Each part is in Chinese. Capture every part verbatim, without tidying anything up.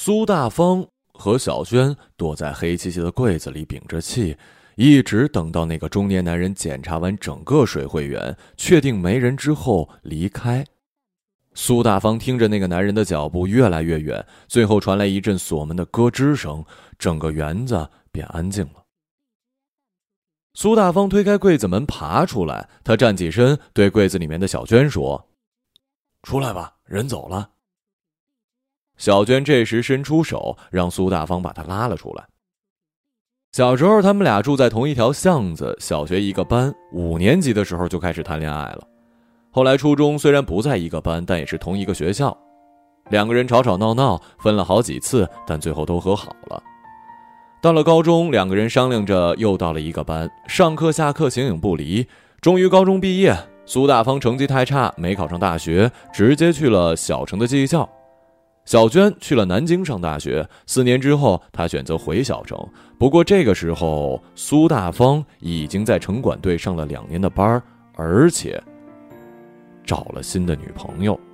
苏大方和小轩躲在黑漆漆的柜子里屏着气，一直等到那个中年男人检查完整个水会园，确定没人之后离开。苏大方听着那个男人的脚步越来越远，最后传来一阵锁门的咯吱声，整个园子便安静了。苏大方推开柜子门爬出来，他站起身对柜子里面的小娟说：出来吧，人走了。小娟这时伸出手让苏大方把她拉了出来。小时候他们俩住在同一条巷子，小学一个班，五年级的时候就开始谈恋爱了。后来初中虽然不在一个班，但也是同一个学校。两个人吵吵闹闹，分了好几次，但最后都和好了。到了高中，两个人商量着又到了一个班，上课下课形影不离。终于高中毕业，苏大方成绩太差，没考上大学，直接去了小城的技校。小娟去了南京上大学，四年之后她选择回小城。不过这个时候苏大方已经在城管队上了两年的班，而且找了新的女朋友。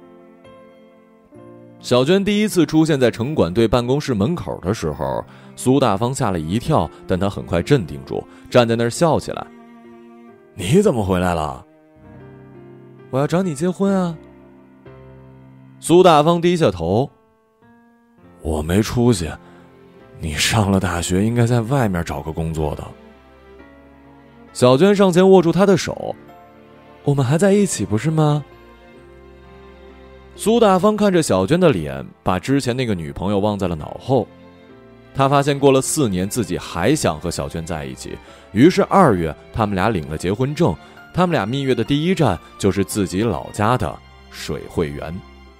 小娟第一次出现在城管队办公室门口的时候，苏大方吓了一跳，但他很快镇定住，站在那儿笑起来。你怎么回来了？我要找你结婚啊。苏大方低下头。我没出息，你上了大学应该在外面找个工作的。小娟上前握住他的手。我们还在一起不是吗？苏大方看着小娟的脸，把之前那个女朋友忘在了脑后。他发现过了四年自己还想和小娟在一起，于是二月他们俩领了结婚证。他们俩蜜月的第一站就是自己老家的水会园。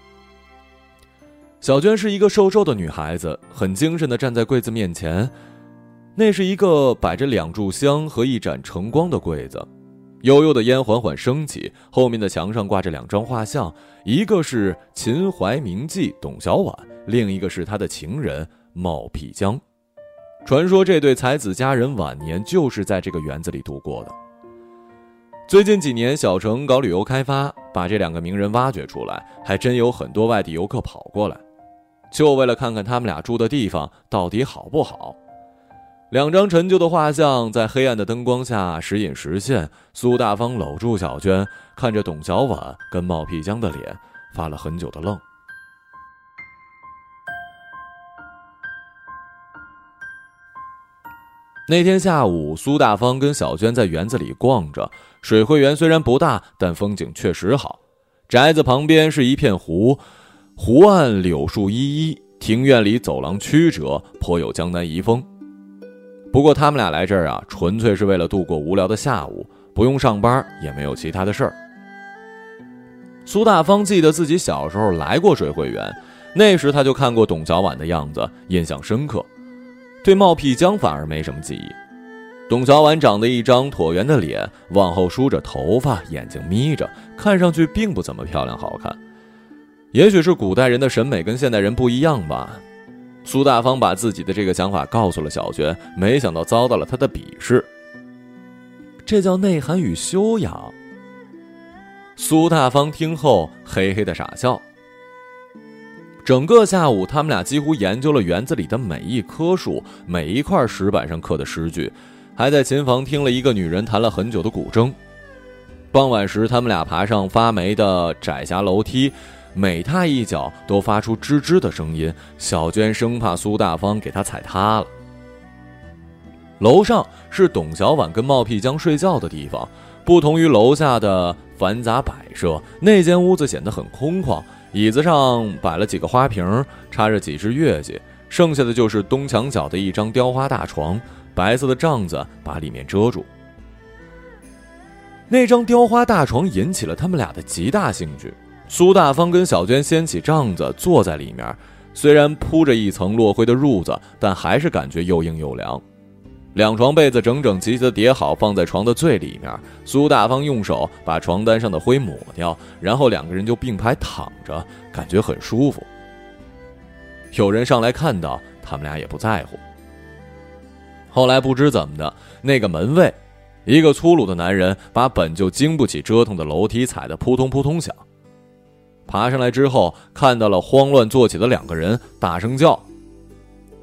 小娟是一个瘦瘦的女孩子，很精神地站在柜子面前。那是一个摆着两炷香和一盏晨光的柜子，悠悠的烟缓缓升起，后面的墙上挂着两张画像，一个是秦淮名妓董小宛，另一个是他的情人冒辟疆。传说这对才子佳人晚年就是在这个园子里度过的。最近几年小城搞旅游开发，把这两个名人挖掘出来，还真有很多外地游客跑过来，就为了看看他们俩住的地方到底好不好。两张陈旧的画像在黑暗的灯光下时隐时现，苏大方搂住小娟，看着董小宛跟冒辟疆的脸，发了很久的愣。那天下午，苏大方跟小娟在园子里逛着。水会园虽然不大，但风景确实好。宅子旁边是一片湖，湖岸柳树依依，庭院里走廊曲折，颇有江南遗风。不过他们俩来这儿啊，纯粹是为了度过无聊的下午，不用上班，也没有其他的事儿。苏大方记得自己小时候来过水会园，那时他就看过董小宛的样子，印象深刻。对冒辟疆反而没什么记忆。董小宛长得一张椭圆的脸，往后梳着头发，眼睛眯着，看上去并不怎么漂亮好看。也许是古代人的审美跟现代人不一样吧。苏大方把自己的这个想法告诉了小娟，没想到遭到了她的鄙视。这叫内涵与修养。苏大方听后嘿嘿的傻笑。整个下午他们俩几乎研究了园子里的每一棵树，每一块石板上刻的诗句，还在琴房听了一个女人弹了很久的古筝。傍晚时他们俩爬上发霉的窄狭楼梯，每踏一脚都发出吱吱的声音，小娟生怕苏大方给她踩塌了。楼上是董小宛跟冒辟疆睡觉的地方，不同于楼下的繁杂摆设，那间屋子显得很空旷，椅子上摆了几个花瓶，插着几只月季，剩下的就是东墙角的一张雕花大床，白色的帐子把里面遮住。那张雕花大床引起了他们俩的极大兴趣。苏大方跟小娟掀起帐子坐在里面，虽然铺着一层落灰的褥子，但还是感觉又硬又凉。两床被子整整齐齐地叠好，放在床的最里面。苏大方用手把床单上的灰抹掉，然后两个人就并排躺着，感觉很舒服。有人上来看到，他们俩也不在乎。后来不知怎么的，那个门卫，一个粗鲁的男人，把本就经不起折腾的楼梯踩得扑通扑通响。爬上来之后，看到了慌乱坐起的两个人，大声叫：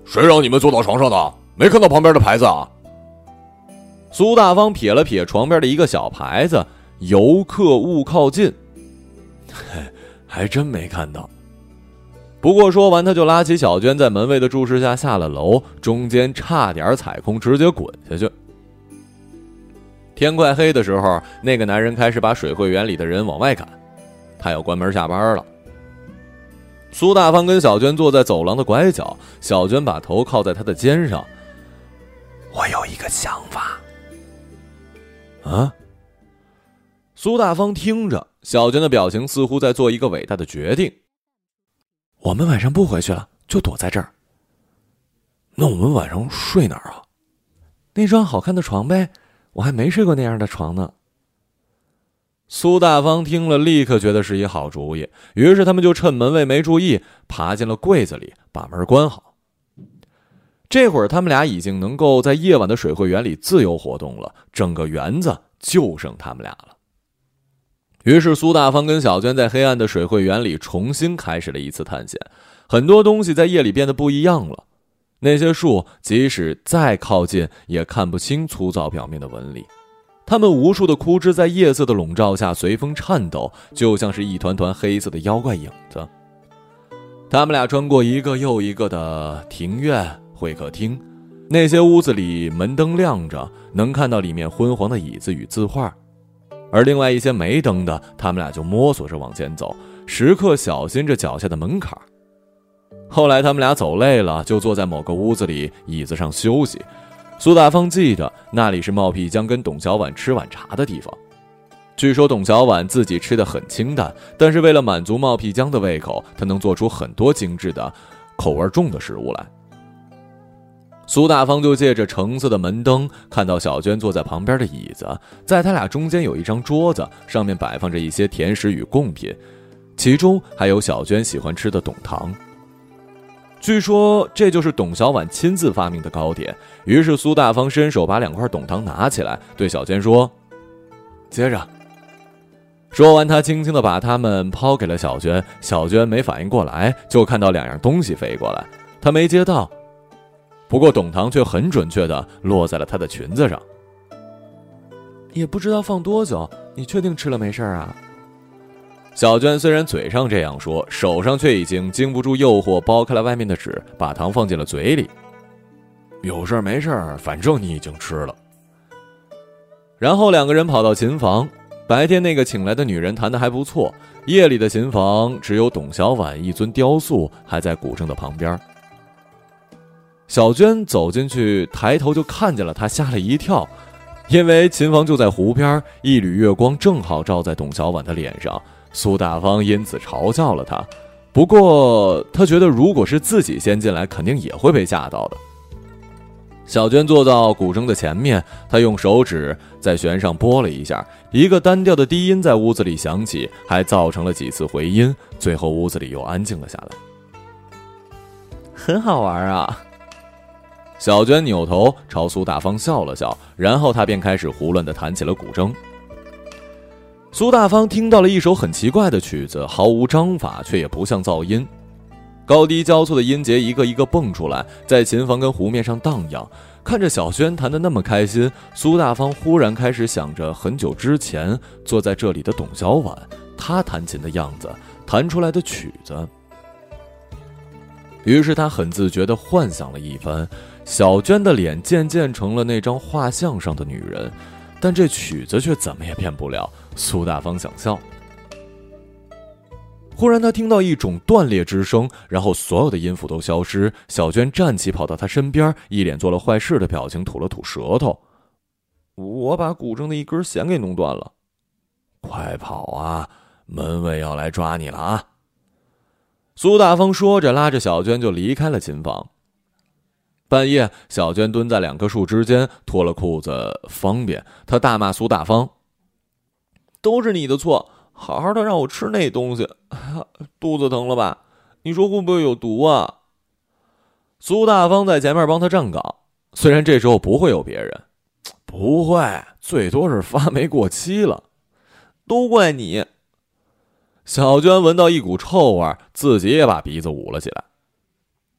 谁让你们坐到床上的？没看到旁边的牌子啊？苏大方瞥了瞥床边的一个小牌子，游客勿靠近。嘿，还真没看到。不过说完，他就拉起小娟，在门卫的注视下下了楼，中间差点踩空，直接滚下去。天快黑的时候，那个男人开始把水会园里的人往外赶，他要关门下班了。苏大方跟小娟坐在走廊的拐角，小娟把头靠在他的肩上。我有一个想法。啊？苏大方听着，小娟的表情似乎在做一个伟大的决定。我们晚上不回去了，就躲在这儿。那我们晚上睡哪儿啊？那张好看的床呗，我还没睡过那样的床呢。苏大方听了，立刻觉得是一好主意，于是他们就趁门卫没注意，爬进了柜子里，把门关好。这会儿他们俩已经能够在夜晚的水会园里自由活动了，整个园子就剩他们俩了。于是苏大方跟小娟在黑暗的水会园里重新开始了一次探险，很多东西在夜里变得不一样了。那些树即使再靠近也看不清粗糙表面的纹理，它们无数的枯枝在夜色的笼罩下随风颤抖，就像是一团团黑色的妖怪影子。他们俩穿过一个又一个的庭院、会客厅，那些屋子里门灯亮着，能看到里面昏黄的椅子与字画。而另外一些没灯的，他们俩就摸索着往前走，时刻小心着脚下的门槛。后来他们俩走累了，就坐在某个屋子里椅子上休息。苏大方记得那里是冒辟疆跟董小宛吃晚茶的地方。据说董小宛自己吃得很清淡，但是为了满足冒辟疆的胃口，他能做出很多精致的口味重的食物来。苏大方就借着橙色的门灯，看到小娟坐在旁边的椅子，在他俩中间有一张桌子，上面摆放着一些甜食与贡品，其中还有小娟喜欢吃的董糖。据说这就是董小宛亲自发明的糕点，于是苏大方伸手把两块董糖拿起来，对小娟说：接着。说完，他轻轻地把它们抛给了小娟，小娟没反应过来，就看到两样东西飞过来，她没接到，不过董糖却很准确地落在了她的裙子上。也不知道放多久，你确定吃了没事啊？小娟虽然嘴上这样说，手上却已经经不住诱惑，剥开了外面的纸，把糖放进了嘴里。有事没事，反正你已经吃了。然后两个人跑到琴房，白天那个请来的女人弹得还不错，夜里的琴房只有董小宛一尊雕塑还在古筝的旁边。小娟走进去，抬头就看见了她，吓了一跳，因为琴房就在湖边，一缕月光正好照在董小宛的脸上。苏大方因此嘲笑了他，不过他觉得如果是自己先进来，肯定也会被吓到的。小娟坐到古筝的前面，她用手指在弦上拨了一下，一个单调的低音在屋子里响起，还造成了几次回音，最后屋子里又安静了下来。很好玩啊。小娟扭头朝苏大方笑了笑，然后她便开始胡乱地弹起了古筝。苏大方听到了一首很奇怪的曲子，毫无章法，却也不像噪音，高低交错的音节一个一个蹦出来，在琴房跟湖面上荡漾。看着小轩弹得那么开心，苏大方忽然开始想着很久之前坐在这里的董小宛，她弹琴的样子，弹出来的曲子。于是他很自觉地幻想了一番，小娟的脸渐渐成了那张画像上的女人，但这曲子却怎么也变不了。苏大方想笑，忽然他听到一种断裂之声，然后所有的音符都消失。小娟站起跑到他身边，一脸做了坏事的表情，吐了吐舌头。我把古筝的一根弦给弄断了。快跑啊，门卫要来抓你了啊。苏大方说着，拉着小娟就离开了琴房。半夜，小娟蹲在两棵树之间，脱了裤子方便，她大骂苏大方：都是你的错，好好的让我吃那东西，肚子疼了吧？你说会不会有毒啊？苏大方在前面帮他站岗，虽然这时候不会有别人。不会，最多是发霉过期了。都怪你。小娟闻到一股臭味，自己也把鼻子捂了起来。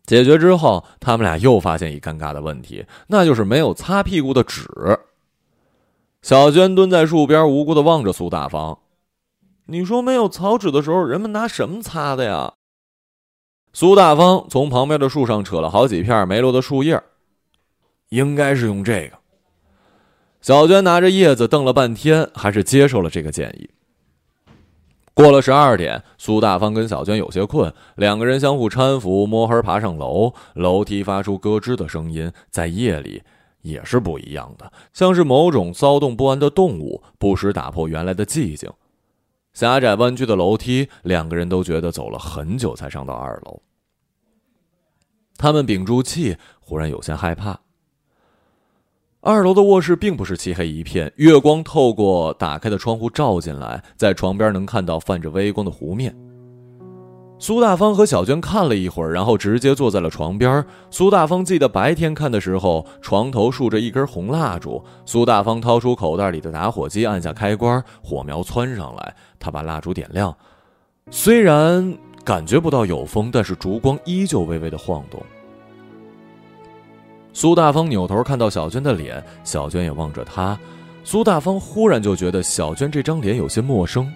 解决之后，他们俩又发现一尴尬的问题，那就是没有擦屁股的纸。小娟蹲在树边无辜地望着苏大方，你说没有草纸的时候，人们拿什么擦的呀？苏大方从旁边的树上扯了好几片没落的树叶，应该是用这个。小娟拿着叶子瞪了半天，还是接受了这个建议。过了十二点，苏大方跟小娟有些困，两个人相互搀扶，摸黑爬上楼。楼梯发出咯吱的声音，在夜里也是不一样的，像是某种骚动不安的动物，不时打破原来的寂静。狭窄弯曲的楼梯，两个人都觉得走了很久才上到二楼。他们屏住气，忽然有些害怕。二楼的卧室并不是漆黑一片，月光透过打开的窗户照进来，在床边能看到泛着微光的湖面。苏大方和小娟看了一会儿，然后直接坐在了床边。苏大方记得白天看的时候，床头竖着一根红蜡烛。苏大方掏出口袋里的打火机，按下开关，火苗窜上来，他把蜡烛点亮。虽然感觉不到有风，但是烛光依旧微微的晃动。苏大方扭头看到小娟的脸，小娟也望着他。苏大方忽然就觉得小娟这张脸有些陌生。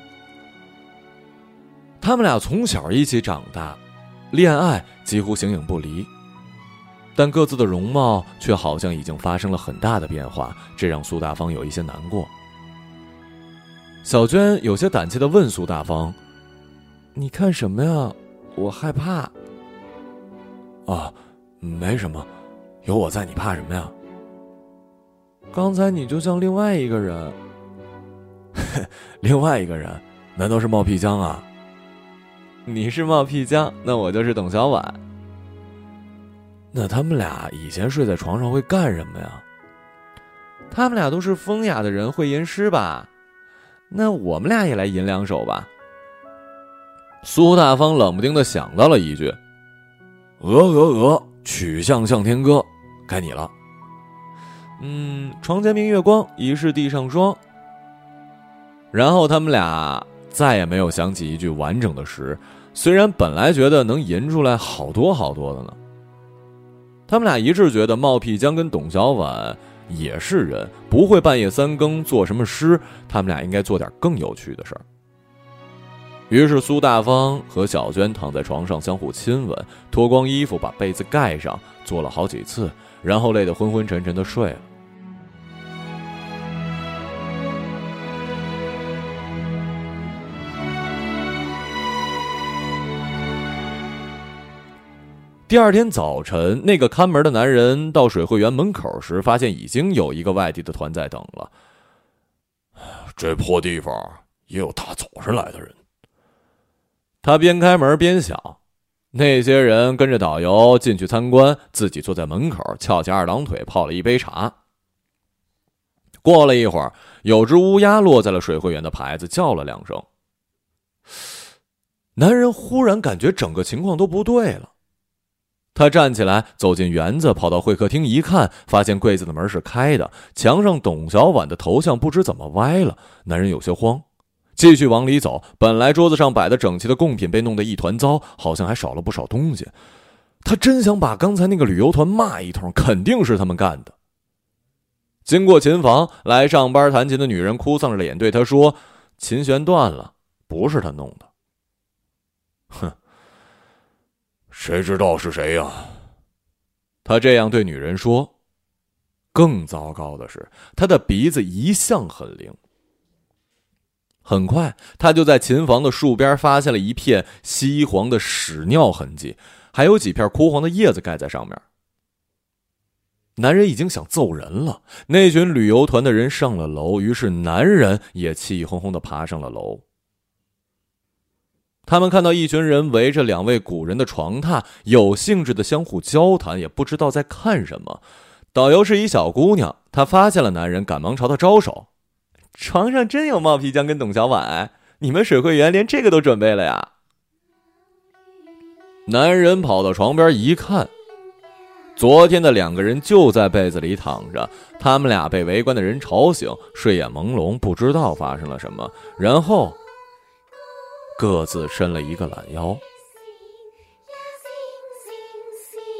他们俩从小一起长大，恋爱几乎形影不离，但各自的容貌却好像已经发生了很大的变化，这让苏大方有一些难过。小娟有些胆怯地问苏大方，你看什么呀？我害怕。啊，没什么，有我在，你怕什么呀？刚才你就像另外一个人。另外一个人？难道是冒屁江啊？你是冒屁江，那我就是董小宛。那他们俩以前睡在床上会干什么呀？他们俩都是风雅的人，会吟诗吧？那我们俩也来吟两首吧。苏大方冷不丁地想到了一句，鹅鹅鹅，曲项向天歌，该你了。嗯，床前明月光，疑是地上霜。然后他们俩再也没有想起一句完整的诗，虽然本来觉得能吟出来好多好多的呢。他们俩一致觉得冒屁江跟董小宛也是人，不会半夜三更做什么诗，他们俩应该做点更有趣的事儿。于是苏大方和小娟躺在床上相互亲吻，脱光衣服把被子盖上，做了好几次，然后累得昏昏沉沉的睡了。第二天早晨，那个看门的男人到水汇园门口时，发现已经有一个外地的团在等了。这破地方也有大早上来的人。他边开门边想，那些人跟着导游进去参观，自己坐在门口翘起二郎腿泡了一杯茶。过了一会儿，有只乌鸦落在了水汇园的牌子，叫了两声。男人忽然感觉整个情况都不对了。他站起来走进园子，跑到会客厅一看，发现柜子的门是开的，墙上董小宛的头像不知怎么歪了。男人有些慌，继续往里走，本来桌子上摆的整齐的贡品被弄得一团糟，好像还少了不少东西。他真想把刚才那个旅游团骂一通，肯定是他们干的。经过琴房，来上班弹琴的女人哭丧着脸对他说，琴弦断了，不是他弄的。哼，谁知道是谁呀？他这样对女人说。更糟糕的是，他的鼻子一向很灵。很快，他就在琴房的树边发现了一片稀黄的屎尿痕迹，还有几片枯黄的叶子盖在上面。男人已经想揍人了。那群旅游团的人上了楼，于是男人也气哄哄地爬上了楼。他们看到一群人围着两位古人的床榻，有兴致地相互交谈，也不知道在看什么。导游是一小姑娘，她发现了男人，赶忙朝他招手。床上真有冒屁江跟董小宛，你们水汇园连这个都准备了呀？男人跑到床边一看，昨天的两个人就在被子里躺着，他们俩被围观的人吵醒，睡眼朦胧，不知道发生了什么，然后各自伸了一个懒腰。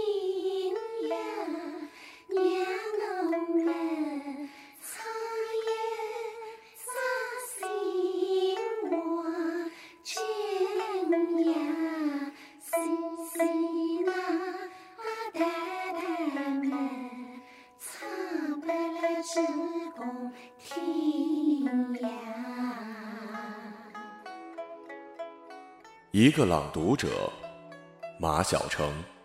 一个朗读者，马晓成。